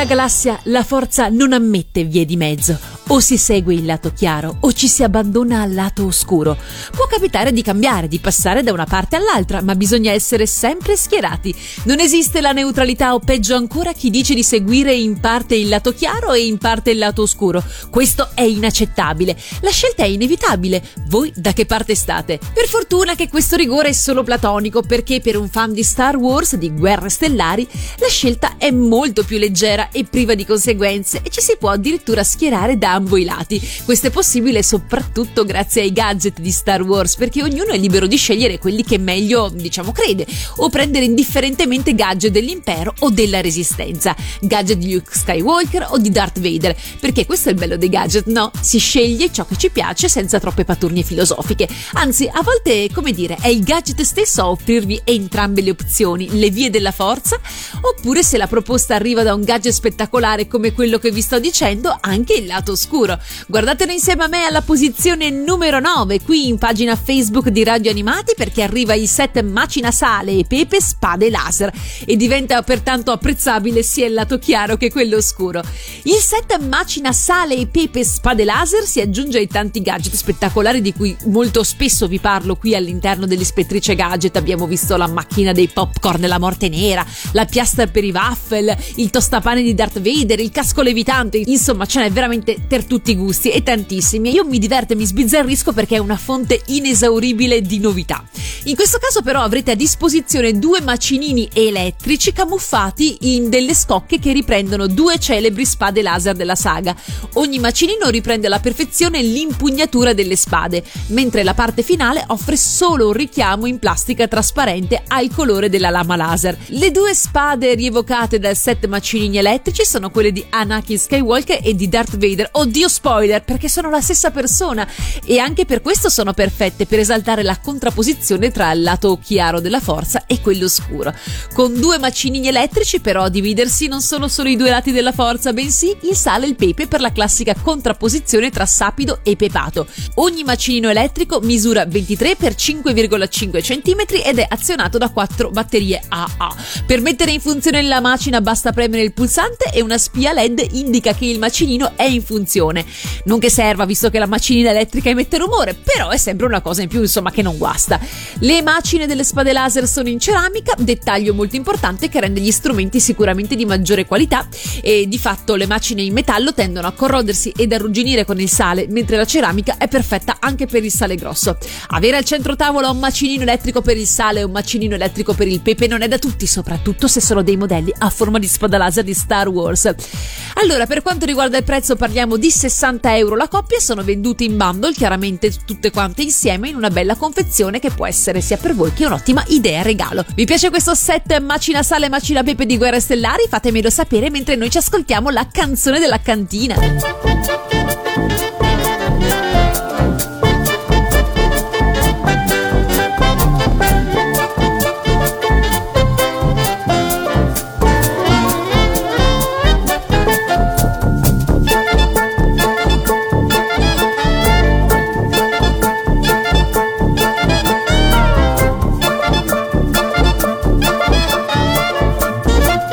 galassia la forza non ammette vie di mezzo. O si segue il lato chiaro o ci si abbandona al lato oscuro. Può capitare di cambiare, di passare da una parte all'altra, ma bisogna essere sempre schierati. Non esiste la neutralità o peggio ancora chi dice di seguire in parte il lato chiaro e in parte il lato oscuro. Questo è inaccettabile. La scelta è inevitabile. Voi da che parte state? Per fortuna che questo rigore è solo platonico, perché per un fan di Star Wars, di Guerre Stellari, la scelta è molto più leggera e priva di conseguenze e ci si può addirittura schierare da ambo i lati. Questo è possibile soprattutto grazie ai gadget di Star Wars, perché ognuno è libero di scegliere quelli che meglio, diciamo, crede, o prendere indifferentemente gadget dell'impero o della resistenza, gadget di Luke Skywalker o di Darth Vader, perché questo è il bello dei gadget, no? Si sceglie ciò che ci piace senza troppe paturnie filosofiche. Anzi, a volte, come dire, è il gadget stesso a offrirvi entrambe le opzioni, le vie della forza, oppure se la proposta arriva da un gadget spettacolare come quello che vi sto dicendo, anche il lato oscuro. Guardatelo insieme a me alla posizione numero nove qui in pagina Facebook di Radio Animati, perché arriva il set macina, sale e pepe spade laser e diventa pertanto apprezzabile sia il lato chiaro che quello oscuro. Il set macina, sale e pepe spade laser si aggiunge ai tanti gadget spettacolari di cui molto spesso vi parlo qui all'interno dell'Ispettrice Gadget. Abbiamo visto la macchina dei popcorn della morte nera, la piastra per i waffle, il tostapane di Darth Vader, il casco levitante, insomma ce n'è veramente per tutti i gusti e tantissimi. Io mi diverto e mi sbizzarrisco perché è una fonte inesauribile di novità. In questo caso però avrete a disposizione due macinini elettrici camuffati in delle scocche che riprendono due celebri spade laser della saga. Ogni macinino riprende alla perfezione l'impugnatura delle spade, mentre la parte finale offre solo un richiamo in plastica trasparente al colore della lama laser. Le due spade rievocate dal set macinini elettrici sono quelle di Anakin Skywalker e di Darth Vader. Oddio, spoiler, perché sono la stessa persona e anche per questo sono perfette, per esaltare la contrapposizione tra il lato chiaro della forza e quello scuro. Con due macinini elettrici però a dividersi non sono solo i due lati della forza, bensì il sale e il pepe per la classica contrapposizione tra sapido e pepato. Ogni macinino elettrico misura ventitré per cinque virgola cinque centimetri ed è azionato da quattro batterie A A. Per mettere in funzione la macina basta premere il pulsante e una spia L E D indica che il macinino è in funzione. Non che serva, visto che la macinina elettrica emette rumore, però è sempre una cosa in più, insomma, che non guasta. Le macine delle spade laser sono in ceramica, dettaglio molto importante che rende gli strumenti sicuramente di maggiore qualità, e di fatto le macine in metallo tendono a corrodersi ed arrugginire con il sale, mentre la ceramica è perfetta anche per il sale grosso. Avere al centro tavola un macinino elettrico per il sale e un macinino elettrico per il pepe non è da tutti, soprattutto se sono dei modelli a forma di spada laser di Star Wars. Allora, per quanto riguarda il prezzo, parliamo di sessanta euro la coppia, sono venduti in bundle, chiaramente tutte quante insieme in una bella confezione che può essere sia per voi che un'ottima idea regalo. Vi piace questo set macina sale macina pepe di Guerre Stellari? Fatemelo sapere mentre noi ci ascoltiamo la canzone della cantina.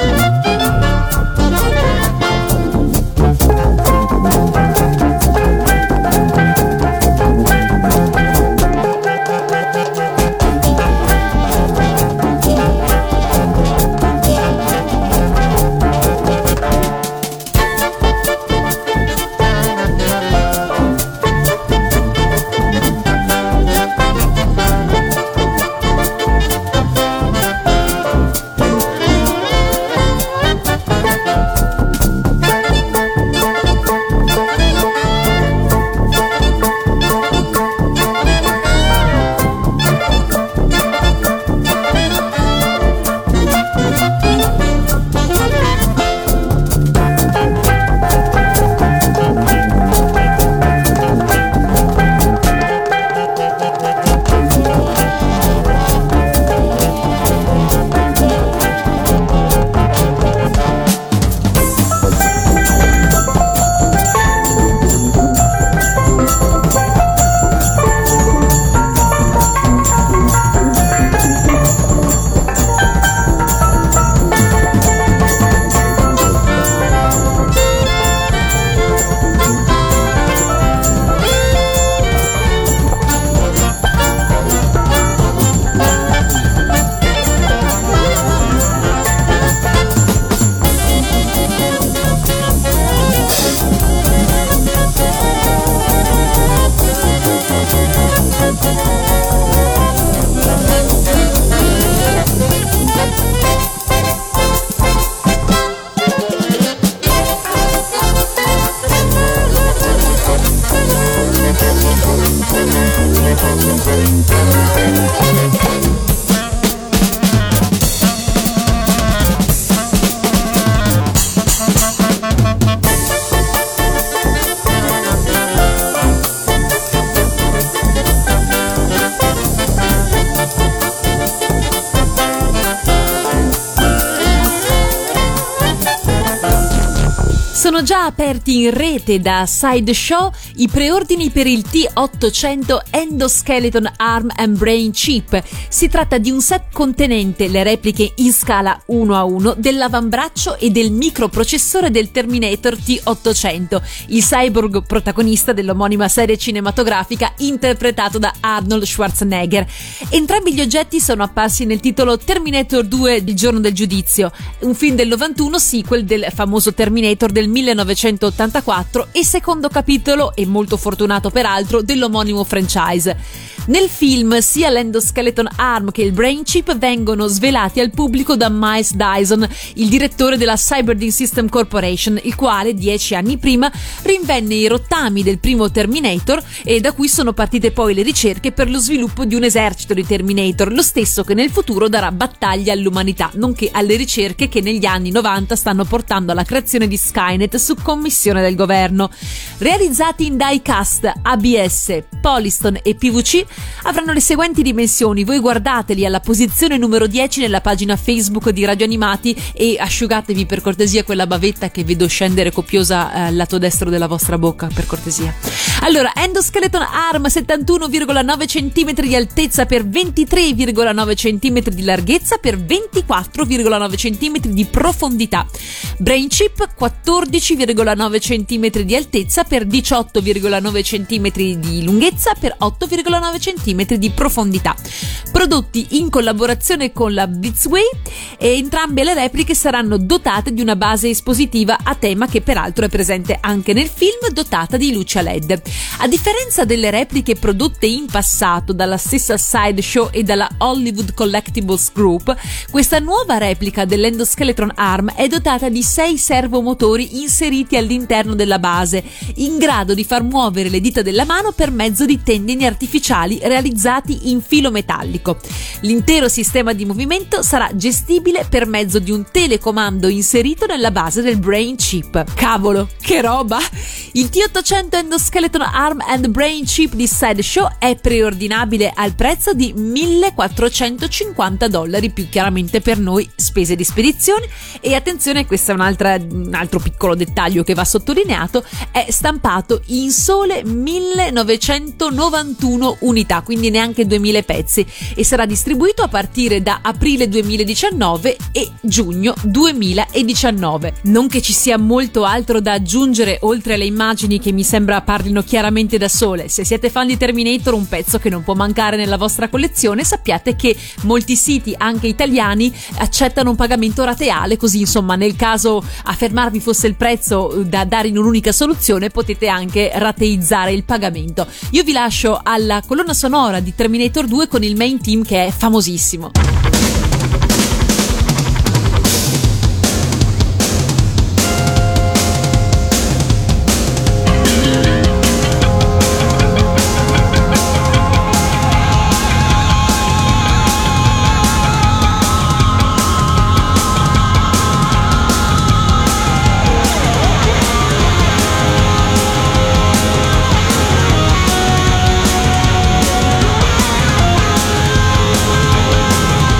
Thank Sono già aperti in rete da Sideshow i preordini per il T ottocento Endoskeleton Arm and Brain Chip. Si tratta di un set contenente le repliche in scala uno a uno dell'avambraccio e del microprocessore del Terminator T ottocento, il cyborg protagonista dell'omonima serie cinematografica interpretato da Arnold Schwarzenegger. Entrambi gli oggetti sono apparsi nel titolo Terminator due Il giorno del giudizio, un film del novantuno, sequel del famoso Terminator del millenovecentottantaquattro e secondo capitolo, e molto fortunato peraltro, dell'omonimo franchise. Nel film sia l'endoskeleton arm che il brain chip vengono svelati al pubblico da Miles Dyson, il direttore della Cyberdyn System Corporation, il quale dieci anni prima rinvenne i rottami del primo Terminator e da cui sono partite poi le ricerche per lo sviluppo di un esercito di Terminator, lo stesso che nel futuro darà battaglia all'umanità, nonché alle ricerche che negli anni novanta stanno portando alla creazione di Skynet su commissione del governo. Realizzati in die-cast, A B S, Polystone e P V C, avranno le seguenti dimensioni. Voi guardateli alla posizione numero dieci nella pagina Facebook di Radio Animati e asciugatevi per cortesia quella bavetta che vedo scendere copiosa al lato destro della vostra bocca, per cortesia. Allora, endoskeleton arm settantuno virgola nove centimetri di altezza per ventitré virgola nove centimetri di larghezza per ventiquattro virgola nove centimetri di profondità. Brain chip quattordici virgola nove centimetri di altezza per diciotto virgola nove centimetri di lunghezza per otto virgola nove centimetri di profondità. Prodotti in collaborazione con la Blitzway, e entrambe le repliche saranno dotate di una base espositiva a tema che peraltro è presente anche nel film, dotata di luci a led. A differenza delle repliche prodotte in passato dalla stessa Sideshow e dalla Hollywood Collectibles Group, questa nuova replica dell'endoskeleton arm è dotata di sei servomotori inseriti all'interno della base, in grado di far muovere le dita della mano per mezzo di tendini artificiali realizzati in filo metallico. L'intero sistema di movimento sarà gestibile per mezzo di un telecomando inserito nella base del brain chip. Cavolo, che roba! Il T ottocento Endoskeleton Arm and Brain Chip di Sideshow è preordinabile al prezzo di millequattrocentocinquanta dollari, più chiaramente per noi spese di spedizione. E attenzione, questo è un'altra, un altro piccolo dettaglio che va sottolineato: è stampato in sole millenovecentonovantuno unità, quindi neanche duemila pezzi, e sarà distribuito a partire da aprile duemiladiciannove e giugno duemiladiciannove. Non che ci sia molto altro da aggiungere oltre alle immagini che mi sembra parlino chiaramente da sole. Se siete fan di Terminator, un pezzo che non può mancare nella vostra collezione. Sappiate che molti siti, anche italiani, accettano un pagamento rateale, così insomma nel caso a fermarvi fosse il prezzo da dare in un'unica soluzione, potete anche rateizzare il pagamento. Io vi lascio alla colonna sonora di Terminator due con il main theme, che è famosissimo. We'll be right back.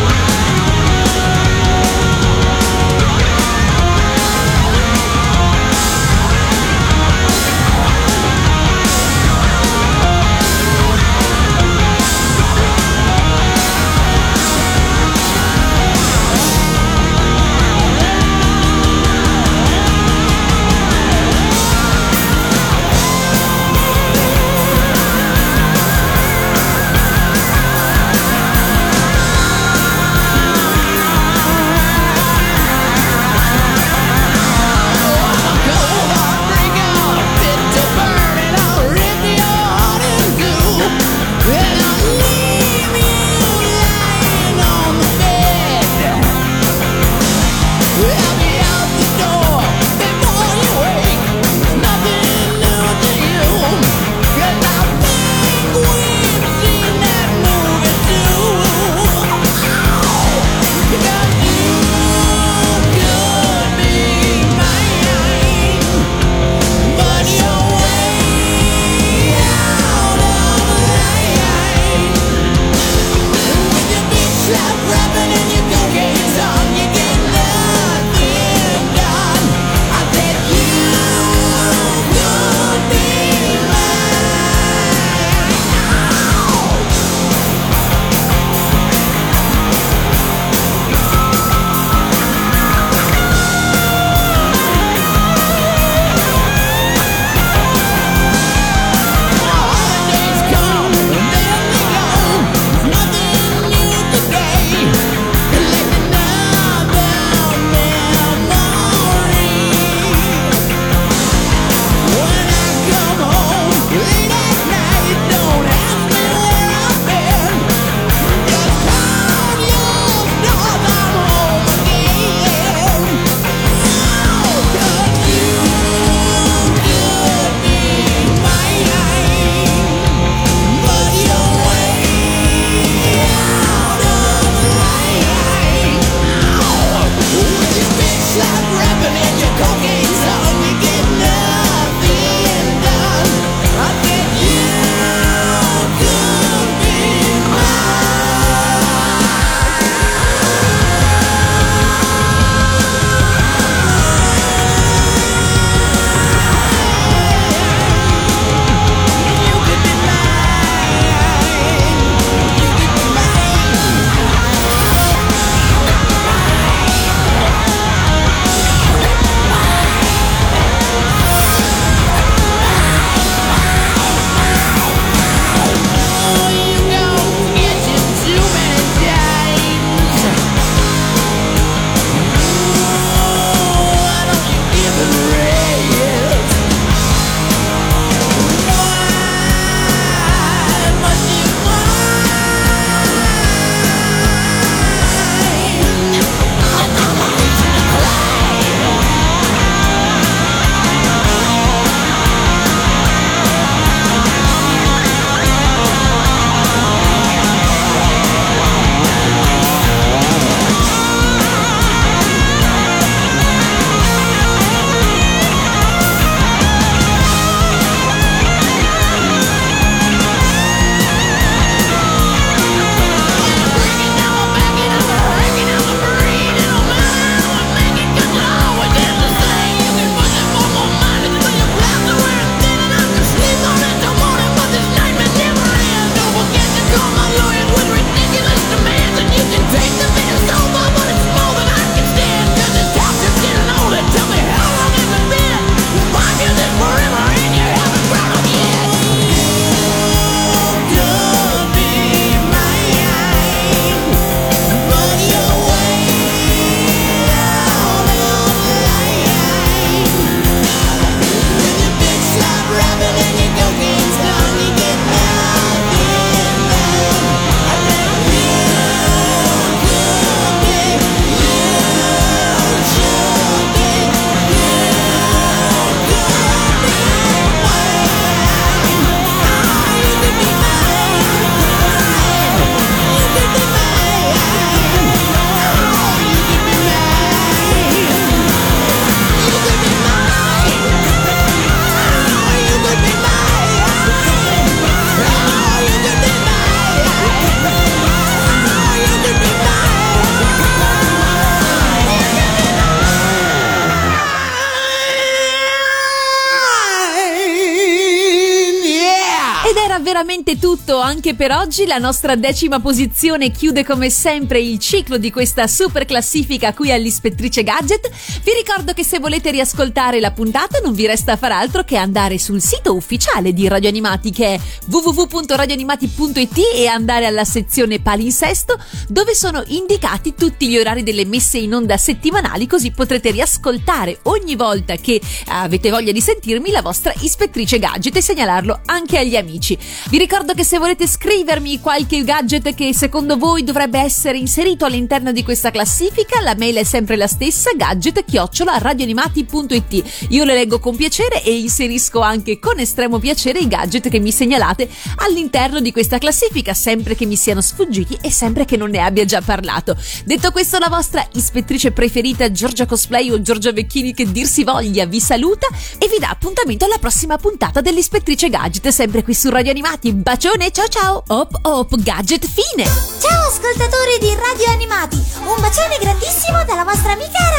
veramente tutto anche per oggi. La nostra decima posizione chiude come sempre il ciclo di questa super classifica qui all'Ispettrice Gadget. Vi ricordo che se volete riascoltare la puntata non vi resta far altro che andare sul sito ufficiale di Radio Animati, che è w w w punto radio animati punto i t, e andare alla sezione palinsesto, dove sono indicati tutti gli orari delle messe in onda settimanali, così potrete riascoltare ogni volta che avete voglia di sentirmi la vostra Ispettrice Gadget e segnalarlo anche agli amici. Vi ricordo che se volete scrivermi qualche gadget che secondo voi dovrebbe essere inserito all'interno di questa classifica, la mail è sempre la stessa, gadget chiocciola radioanimati punto i t. Io le leggo con piacere e inserisco anche con estremo piacere i gadget che mi segnalate all'interno di questa classifica, sempre che mi siano sfuggiti e sempre che non ne abbia già parlato. Detto questo, la vostra ispettrice preferita, Giorgia Cosplay o Giorgia Vecchini che dir si voglia, vi saluta e vi dà appuntamento alla prossima puntata dell'Ispettrice Gadget, sempre qui su Radio Animati. Bacione, ciao ciao. Hop hop, gadget fine. Ciao ascoltatori di Radio Animati, un bacione grandissimo dalla vostra amica